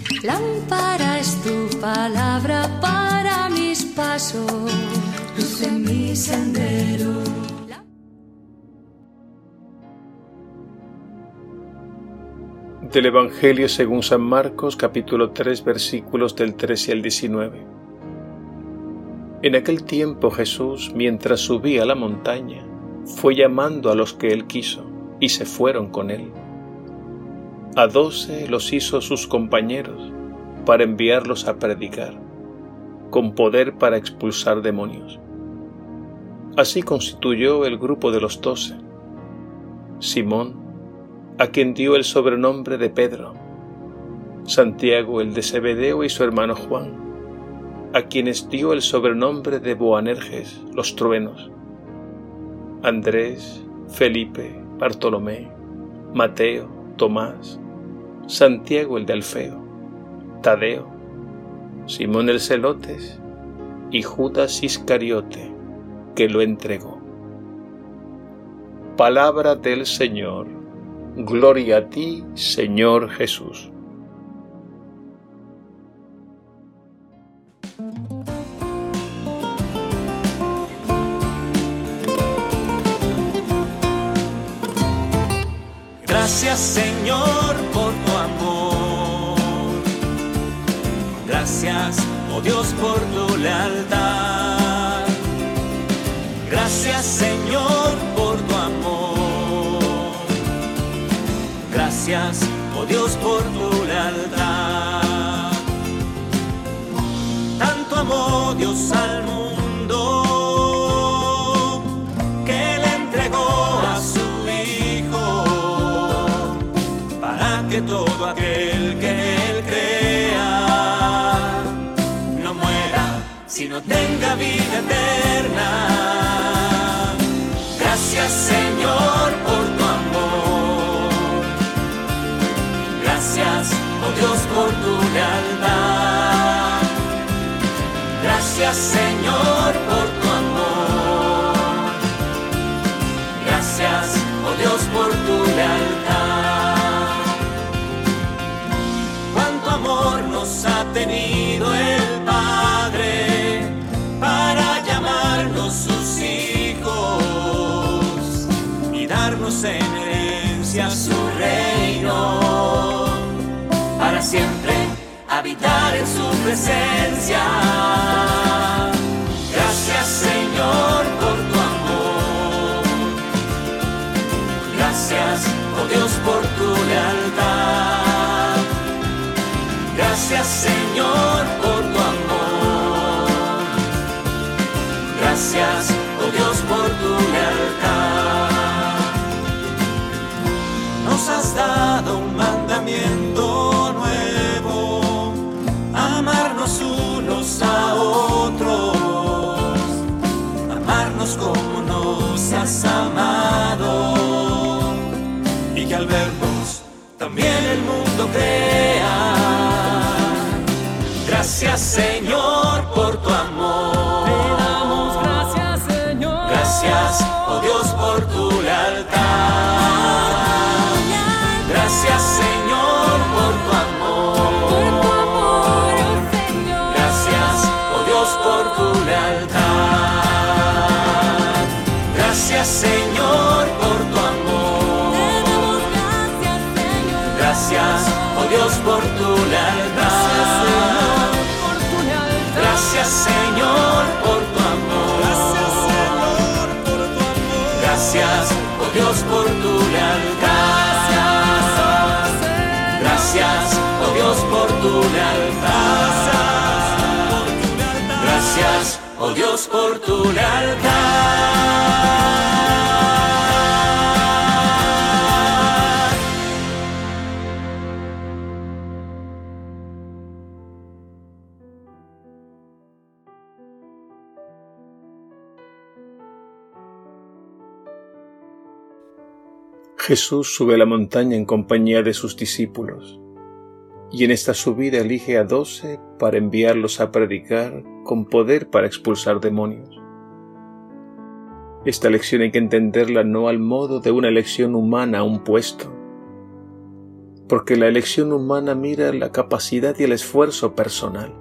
Lámpara es tu palabra para mis pasos, luz en mi sendero. Del Evangelio según San Marcos, capítulo 3, versículos del 13 al 19. En aquel tiempo Jesús, mientras subía a la montaña, fue llamando a los que él quiso, y se fueron con él. A 12 los hizo sus compañeros, para enviarlos a predicar, con poder para expulsar demonios. Así constituyó el grupo de los 12. Simón, a quien dio el sobrenombre de Pedro, Santiago el de Zebedeo y su hermano Juan, a quienes dio el sobrenombre de Boanerges, los truenos, Andrés, Felipe, Bartolomé, Mateo, Tomás, Santiago el de Alfeo, Tadeo, Simón el Celotes y Judas Iscariote, que lo entregó. Palabra del Señor. Gloria a ti, Señor Jesús. Gracias, Señor, por tu amor. Gracias, oh Dios, por tu lealtad. Gracias, Señor, por tu amor. Gracias, oh Dios, por tu lealtad. Tanto amó Dios al mundo que le entregó a su Hijo, para que todo aquel que en él crea no muera, sino tenga vida eterna. Gracias, Señor, por tu amor. Gracias, oh Dios, por tu lealtad. Gracias, Señor, por tu amor. Gracias, oh Dios, por tu lealtad. Cuánto amor nos ha tenido el Padre para llamarnos sus hijos y darnos en herencia su reino, para siempre habitar en su presencia. Gracias, Señor, por tu amor. Gracias, oh Dios, por tu lealtad. Gracias, Señor, por tu amor. Gracias, oh Dios, por tu lealtad. Nos has dado un mandamiento nuevo: amarnos unos a otros, amarnos como nos has amado, y que al vernos también el mundo crea. Gracias, Señor, por tu amor. Te damos gracias, Señor. Gracias, oh Dios, por tu lealtad. Gracias, Señor, por tu amor. Gracias, oh Dios, por tu lealtad. Gracias, Señor, por tu amor. Gracias, oh Dios, por tu lealtad. Gracias, Señor, por tu amor. Gracias, oh Dios, por tu lealtad. Gracias, oh Dios, por tu lealtad. Gracias, oh Dios, por tu lealtad. Jesús sube a la montaña en compañía de sus discípulos, y en esta subida elige a 12 para enviarlos a predicar con poder para expulsar demonios. Esta elección hay que entenderla no al modo de una elección humana a un puesto, porque la elección humana mira la capacidad y el esfuerzo personal.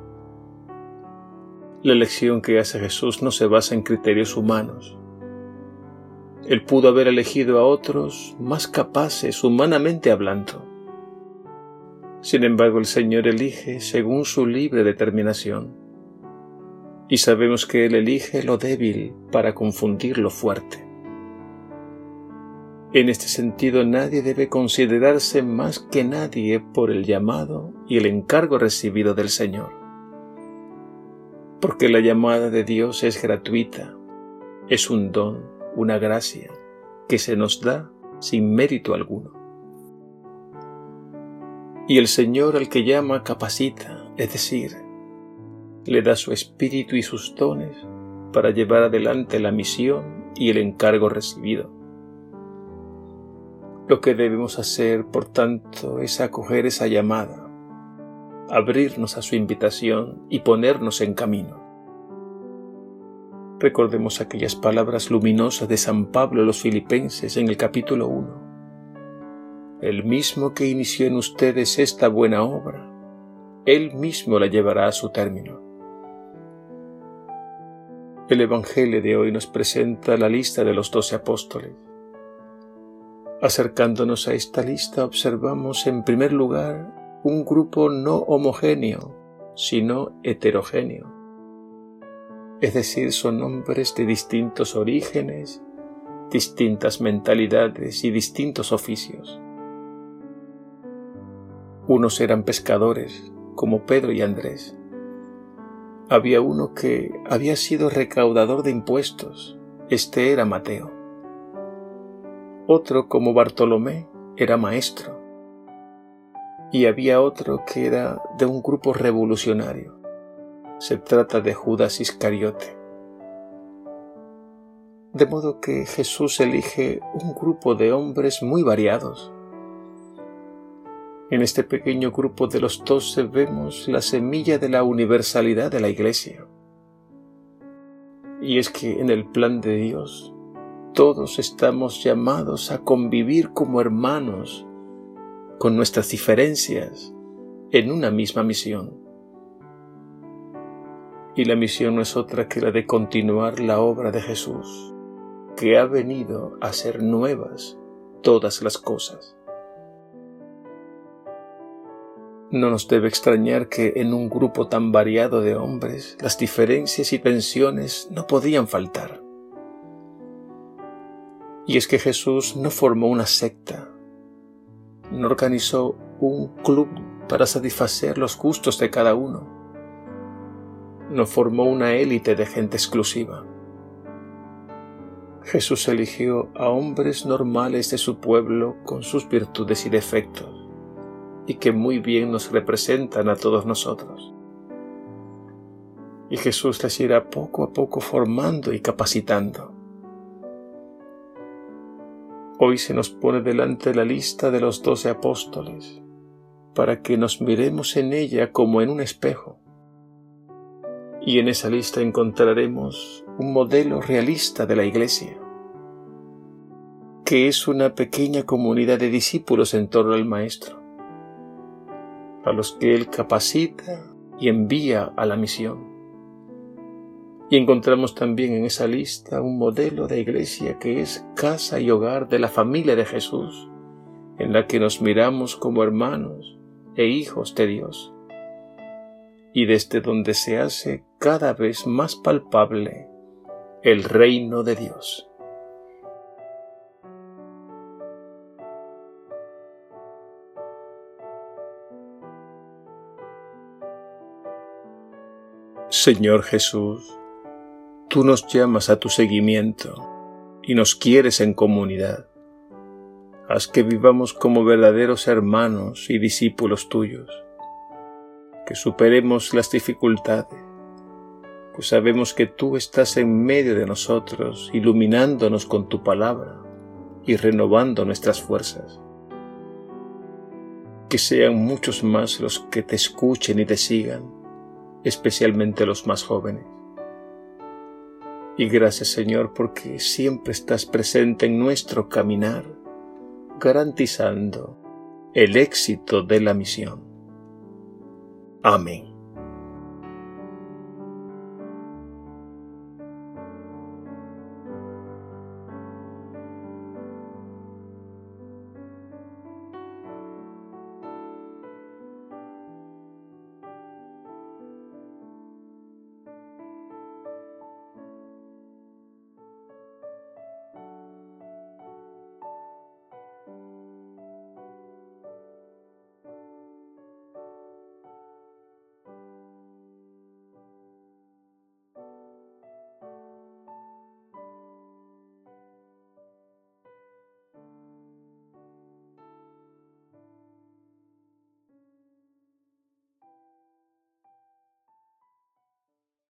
La elección que hace Jesús no se basa en criterios humanos. Él pudo haber elegido a otros más capaces humanamente hablando. Sin embargo, el Señor elige según su libre determinación. Y sabemos que Él elige lo débil para confundir lo fuerte. En este sentido, nadie debe considerarse más que nadie por el llamado y el encargo recibido del Señor. Porque la llamada de Dios es gratuita, es un don, una gracia, que se nos da sin mérito alguno. Y el Señor al que llama capacita, es decir, le da su espíritu y sus dones para llevar adelante la misión y el encargo recibido. Lo que debemos hacer, por tanto, es acoger esa llamada, abrirnos a su invitación y ponernos en camino. Recordemos aquellas palabras luminosas de San Pablo a los Filipenses en el capítulo 1. El mismo que inició en ustedes esta buena obra, Él mismo la llevará a su término. El Evangelio de hoy nos presenta la lista de los 12 apóstoles. Acercándonos a esta lista observamos en primer lugar un grupo no homogéneo, sino heterogéneo. Es decir, son hombres de distintos orígenes, distintas mentalidades y distintos oficios. Unos eran pescadores, como Pedro y Andrés. Había uno que había sido recaudador de impuestos, este era Mateo. Otro, como Bartolomé, era maestro. Y había otro que era de un grupo revolucionario. Se trata de Judas Iscariote. De modo que Jesús elige un grupo de hombres muy variados. En este pequeño grupo de los 12 vemos la semilla de la universalidad de la Iglesia. Y es que en el plan de Dios, todos estamos llamados a convivir como hermanos, con nuestras diferencias, en una misma misión. Y la misión no es otra que la de continuar la obra de Jesús, que ha venido a hacer nuevas todas las cosas. No nos debe extrañar que en un grupo tan variado de hombres, las diferencias y tensiones no podían faltar. Y es que Jesús no formó una secta, no organizó un club para satisfacer los gustos de cada uno, no formó una élite de gente exclusiva. Jesús eligió a hombres normales de su pueblo con sus virtudes y defectos, y que muy bien nos representan a todos nosotros. Y Jesús les irá poco a poco formando y capacitando. Hoy se nos pone delante la lista de los 12 apóstoles, para que nos miremos en ella como en un espejo. Y en esa lista encontraremos un modelo realista de la Iglesia, que es una pequeña comunidad de discípulos en torno al Maestro, a los que Él capacita y envía a la misión. Y encontramos también en esa lista un modelo de iglesia que es casa y hogar de la familia de Jesús, en la que nos miramos como hermanos e hijos de Dios, y desde donde se hace cada vez más palpable el reino de Dios. Señor Jesús, tú nos llamas a tu seguimiento y nos quieres en comunidad. Haz que vivamos como verdaderos hermanos y discípulos tuyos, que superemos las dificultades, pues sabemos que tú estás en medio de nosotros, iluminándonos con tu palabra y renovando nuestras fuerzas. Que sean muchos más los que te escuchen y te sigan, especialmente los más jóvenes. Y gracias, Señor, porque siempre estás presente en nuestro caminar, garantizando el éxito de la misión. Amén.